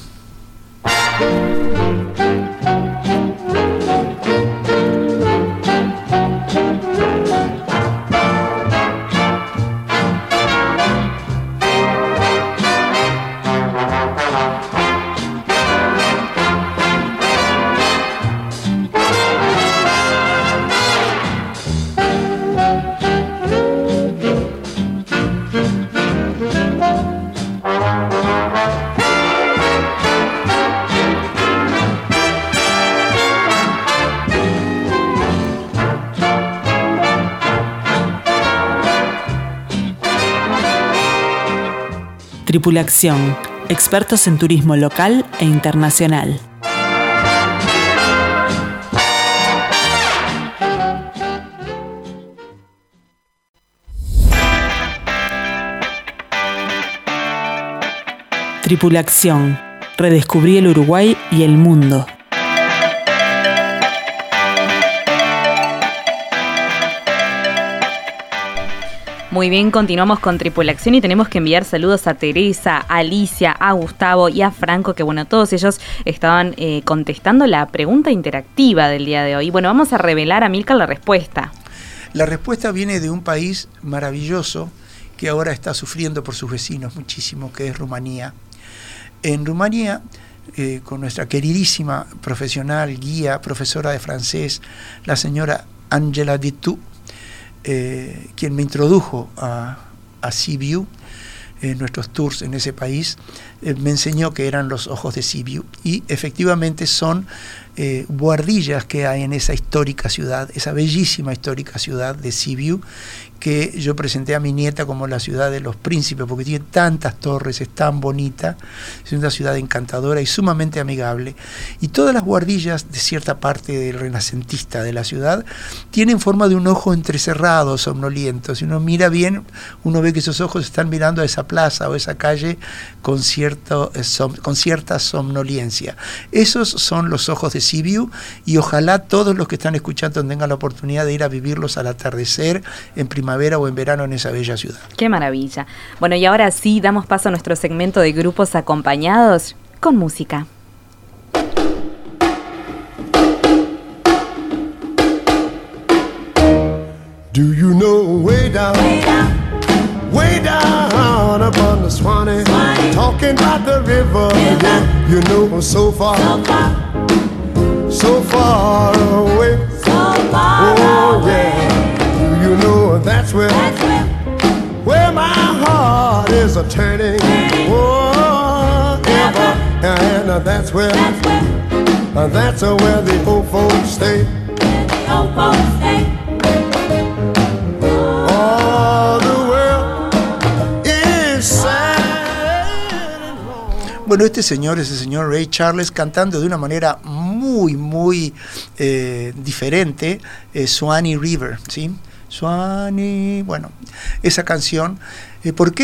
Tripulación, expertos en turismo local e internacional. Tripulación, redescubrí el Uruguay y el mundo. Muy bien, continuamos con Tripulación y tenemos que enviar saludos a Teresa, a Alicia, a Gustavo y a Franco, que bueno, todos ellos estaban eh, contestando la pregunta interactiva del día de hoy. Bueno, vamos a revelar a Amílcar la respuesta. La respuesta viene de un país maravilloso que ahora está sufriendo por sus vecinos muchísimo, que es Rumanía. En Rumanía, eh, con nuestra queridísima profesional, guía, profesora de francés, la señora Angela Ditu, eh, quien me introdujo a, a Sibiu, en nuestros tours en ese país, eh, me enseñó que eran los ojos de Sibiu y efectivamente son eh, buhardillas que hay en esa histórica ciudad, esa bellísima histórica ciudad de Sibiu, que yo presenté a mi nieta como la ciudad de los príncipes, porque tiene tantas torres, es tan bonita, es una ciudad encantadora y sumamente amigable. Y todas las buhardillas de cierta parte del renacentista de la ciudad tienen forma de un ojo entrecerrado, somnoliento. Si uno mira bien, uno ve que esos ojos están mirando a esa plaza o esa calle con, cierto, con cierta somnolencia. Esos son los ojos de Sibiu y ojalá todos los que están escuchando tengan la oportunidad de ir a vivirlos al atardecer, en primavera o en verano en esa bella ciudad. Qué maravilla. Bueno, y ahora sí, damos paso a nuestro segmento de grupos acompañados con música. Do you know way down, way down, way down up on the Swanee, Swanee. Talking about the river, river. Yeah, you know so far, so far, so far away, so far oh, away. Yeah. Do you know that's where, that's where, where my heart is a turning, turning. Oh, ever, and uh, that's where, that's where, uh, that's uh, where the old folks stay, where the old folks stay. Bueno, este señor es el señor Ray Charles cantando de una manera muy, muy eh, diferente, eh, Swanee River, ¿sí? Swanee, bueno, esa canción, eh, ¿por qué?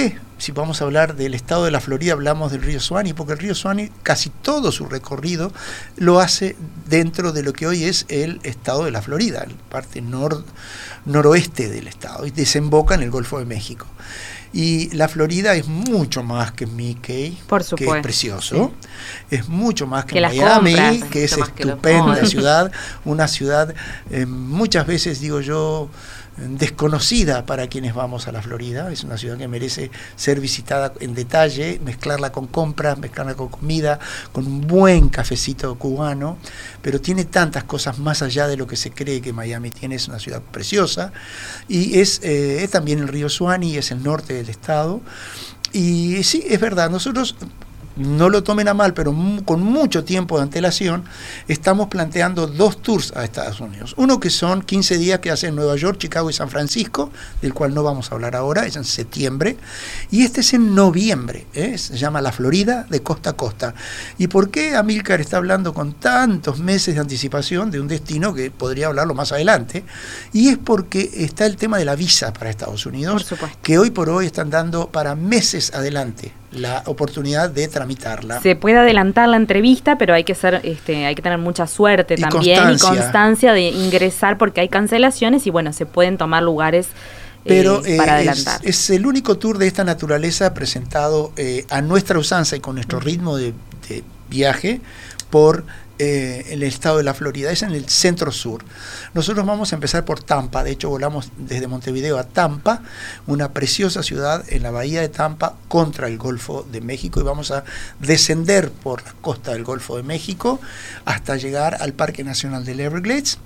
si vamos a hablar del estado de la Florida, hablamos del río Suwannee, porque el río Suwannee casi todo su recorrido lo hace dentro de lo que hoy es el estado de la Florida, la parte nor, noroeste del estado, y desemboca en el Golfo de México. Y la Florida es mucho más que Mickey, Por supuesto, que es precioso, sí. Es mucho más que, que Miami, compras, que es más que estupenda lo- ciudad, una ciudad eh, muchas veces, digo yo, desconocida para quienes vamos a la Florida. Es una ciudad que merece ser visitada en detalle, mezclarla con compras, mezclarla con comida, con un buen cafecito cubano, pero tiene tantas cosas más allá de lo que se cree que Miami tiene. Es una ciudad preciosa y es, eh, es también el río Suwannee, es el norte del estado. Y sí, es verdad, nosotros, no lo tomen a mal, pero mu- con mucho tiempo de antelación, estamos planteando dos tours a Estados Unidos. Uno que son quince días que hacen Nueva York, Chicago y San Francisco, del cual no vamos a hablar ahora, es en septiembre. Y este es en noviembre, ¿eh? Se llama La Florida de costa a costa. ¿Y por qué Amílcar está hablando con tantos meses de anticipación de un destino que podría hablarlo más adelante? Y es porque está el tema de la visa para Estados Unidos, Por supuesto. que hoy por hoy están dando para meses adelante la oportunidad de tramitarla. Se puede adelantar la entrevista, pero hay que ser, este, hay que tener mucha suerte Y también constancia. y constancia de ingresar, porque hay cancelaciones y bueno, se pueden tomar lugares eh, Pero eh, para es, adelantar. es el único tour de esta naturaleza presentado eh, a nuestra usanza y con nuestro ritmo de, de viaje por eh, el estado de la Florida. Es en el centro sur. Nosotros vamos a empezar por Tampa. De hecho, volamos desde Montevideo a Tampa, una preciosa ciudad en la bahía de Tampa contra el Golfo de México, y vamos a descender por la costa del Golfo de México hasta llegar al Parque Nacional del Everglades.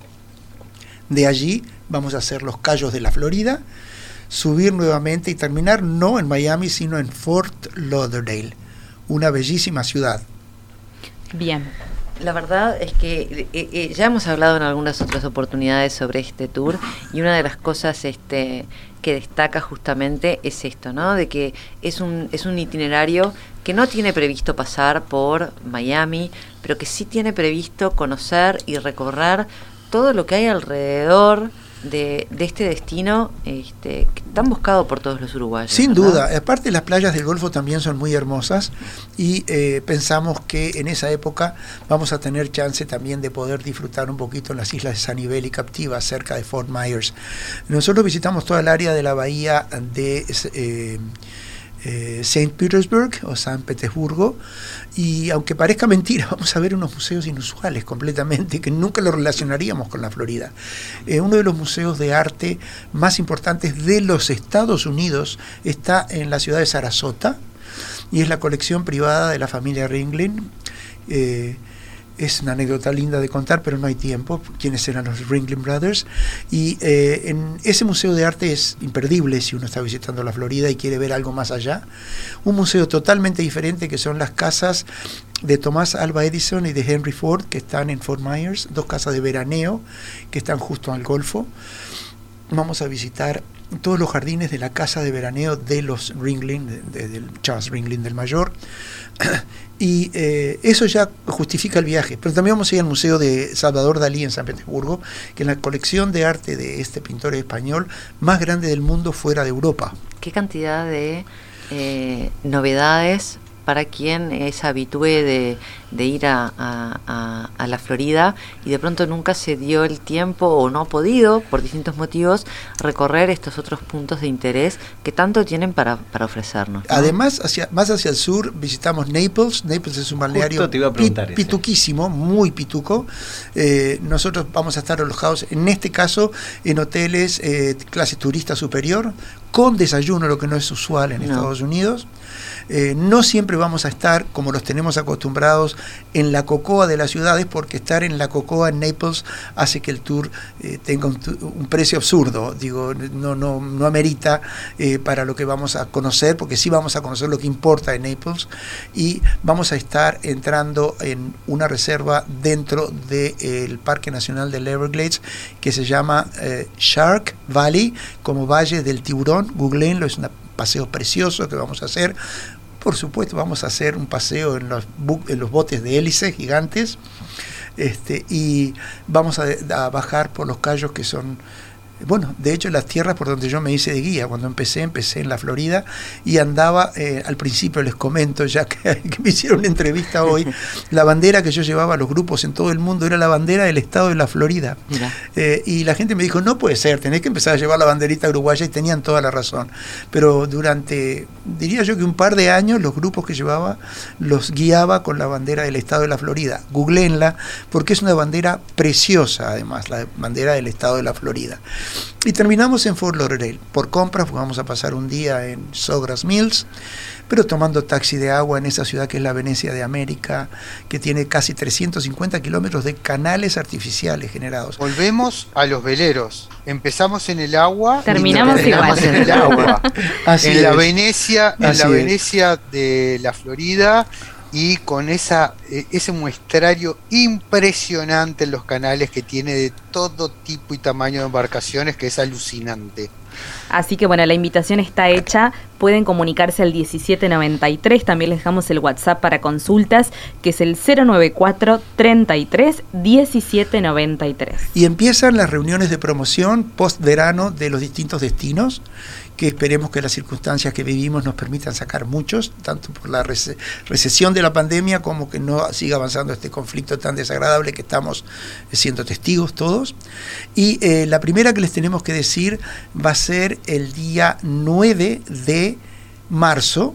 De allí vamos a hacer los Cayos de la Florida, subir nuevamente y terminar no en Miami, sino en Fort Lauderdale, una bellísima ciudad. Bien. La verdad es que eh, eh, ya hemos hablado en algunas otras oportunidades sobre este tour, y una de las cosas este, que destaca justamente es esto, ¿no? De que es un, es un itinerario que no tiene previsto pasar por Miami, pero que sí tiene previsto conocer y recorrer todo lo que hay alrededor de, de este destino, este, tan buscado por todos los uruguayos. Sin ¿verdad? duda, aparte las playas del Golfo también son muy hermosas, y eh, pensamos que en esa época vamos a tener chance también de poder disfrutar un poquito en las islas de Sanibel y Captiva, cerca de Fort Myers. Nosotros visitamos toda el área de la bahía de eh, eh, Saint Petersburg o San Petersburgo, y aunque parezca mentira, vamos a ver unos museos inusuales completamente, que nunca lo relacionaríamos con la Florida. Eh, uno de los museos de arte más importantes de los Estados Unidos está en la ciudad de Sarasota, y es la colección privada de la familia Ringling. Eh, es una anécdota linda de contar, pero no hay tiempo, quiénes eran los Ringling Brothers. Y eh, en ese museo de arte es imperdible si uno está visitando la Florida y quiere ver algo más allá. Un museo totalmente diferente, que son las casas de Thomas Alva Edison y de Henry Ford, que están en Fort Myers, dos casas de veraneo que están justo al Golfo. Vamos a visitar todos los jardines de la casa de veraneo de los Ringling, de, de, de Charles Ringling del Mayor, y eh, eso ya justifica el viaje. Pero también vamos a ir al Museo de Salvador Dalí en San Petersburgo, que es la colección de arte de este pintor español más grande del mundo fuera de Europa. Qué cantidad de eh, novedades para quien es habitué de, de ir a, a, a, a la Florida y de pronto nunca se dio el tiempo o no ha podido, por distintos motivos, recorrer estos otros puntos de interés que tanto tienen para, para ofrecernos, ¿no? Además, hacia, más hacia el sur visitamos Naples. Naples es un balneario Justo te iba a preguntar pi- ese. pituquísimo, muy pituco. Eh, nosotros vamos a estar alojados, en este caso, en hoteles eh, clase turista superior, con desayuno, lo que no es usual en No. Estados Unidos. Eh, no siempre vamos a estar, como los tenemos acostumbrados, en la cocoa de las ciudades, porque estar en la cocoa en Naples hace que el tour eh, tenga un, tu- un precio absurdo. Digo, no, no, no amerita eh, para lo que vamos a conocer, porque sí vamos a conocer lo que importa en Naples, y vamos a estar entrando en una reserva dentro del Parque Nacional del Everglades, que se llama eh, Shark Valley, como Valle del Tiburón. Googleenlo, es un paseo precioso que vamos a hacer. Por supuesto, vamos a hacer un paseo en los, bu- en los botes de hélice gigantes, este, y vamos a, a bajar por los cayos, que son Bueno, de hecho las tierras por donde yo me hice de guía, cuando empecé, empecé en la Florida y andaba, eh, al principio les comento, ya que, que me hicieron una entrevista hoy, la bandera que yo llevaba a los grupos en todo el mundo era la bandera del estado de la Florida. Eh, y la gente me dijo, no puede ser, tenés que empezar a llevar la banderita uruguaya, y tenían toda la razón. Pero durante, diría yo que un par de años, los grupos que llevaba los guiaba con la bandera del estado de la Florida. Googleenla, porque es una bandera preciosa además, la bandera del estado de la Florida. Y terminamos en Fort Lauderdale. Por compras vamos a pasar un día en Sawgrass Mills, pero tomando taxi de agua en esa ciudad que es la Venecia de América, que tiene casi trescientos cincuenta kilómetros de canales artificiales generados. Volvemos a los veleros. Empezamos en el agua, terminamos, y terminamos igual en el agua. Así en es. la Venecia, en Así la es. Venecia de la Florida, y con esa eh, ese muestrario impresionante en los canales que tiene de todo tipo y tamaño de embarcaciones, que es alucinante. Así que bueno, la invitación está hecha, pueden comunicarse al diecisiete noventa y tres, también les dejamos el WhatsApp para consultas, que es el cero noventa y cuatro, treinta y tres, diecisiete noventa y tres. Y empiezan las reuniones de promoción post-verano de los distintos destinos, que esperemos que las circunstancias que vivimos nos permitan sacar muchos, tanto por la rece- recesión de la pandemia como que no siga avanzando este conflicto tan desagradable que estamos siendo testigos todos. Y eh, la primera que les tenemos que decir va a ser el día nueve de marzo,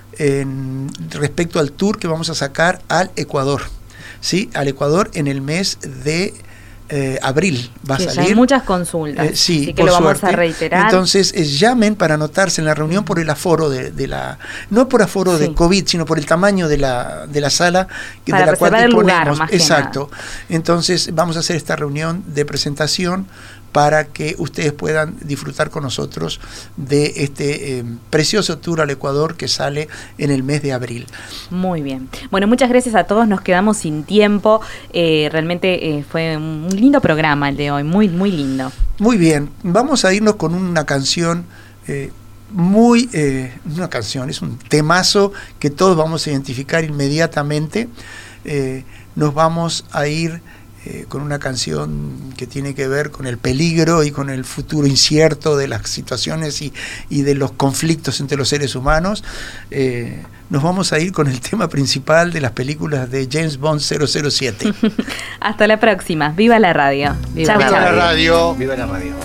en, respecto al tour que vamos a sacar al Ecuador, ¿sí? Al Ecuador en el mes de Eh, abril va que a ya salir. hay muchas consultas, Eh, sí, así que por lo vamos suerte. a reiterar. Entonces eh, llamen para anotarse en la reunión por el aforo de, de la, no por aforo Sí. de COVID, sino por el tamaño de la, de la sala que, Para de la cual reservar el lugar, disponemos. más que Exacto. Entonces vamos a hacer esta reunión de presentación para que ustedes puedan disfrutar con nosotros de este eh, precioso tour al Ecuador que sale en el mes de abril. Muy bien. Bueno, muchas gracias a todos. Nos quedamos sin tiempo. Eh, realmente eh, fue un lindo programa el de hoy. Muy, muy lindo. Muy bien. Vamos a irnos con una canción eh, muy... Eh, una canción, es un temazo que todos vamos a identificar inmediatamente. Eh, nos vamos a ir... Eh, con una canción que tiene que ver con el peligro y con el futuro incierto de las situaciones y, y de los conflictos entre los seres humanos. Eh, nos vamos a ir con el tema principal de las películas de James Bond cero cero siete. Hasta la próxima. Viva la radio. Viva Chau, la chau. radio. Viva la radio.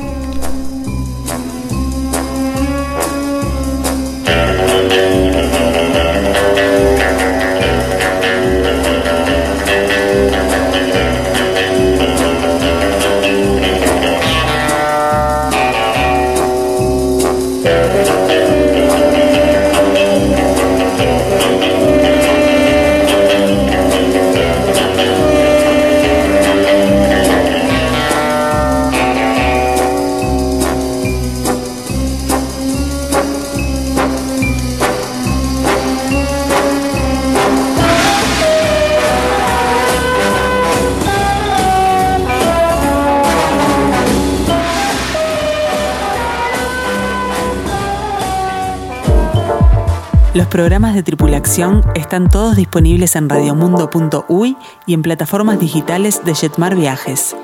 Los programas de Tripulación están todos disponibles en radiomundo punto uy y en plataformas digitales de Jetmar Viajes.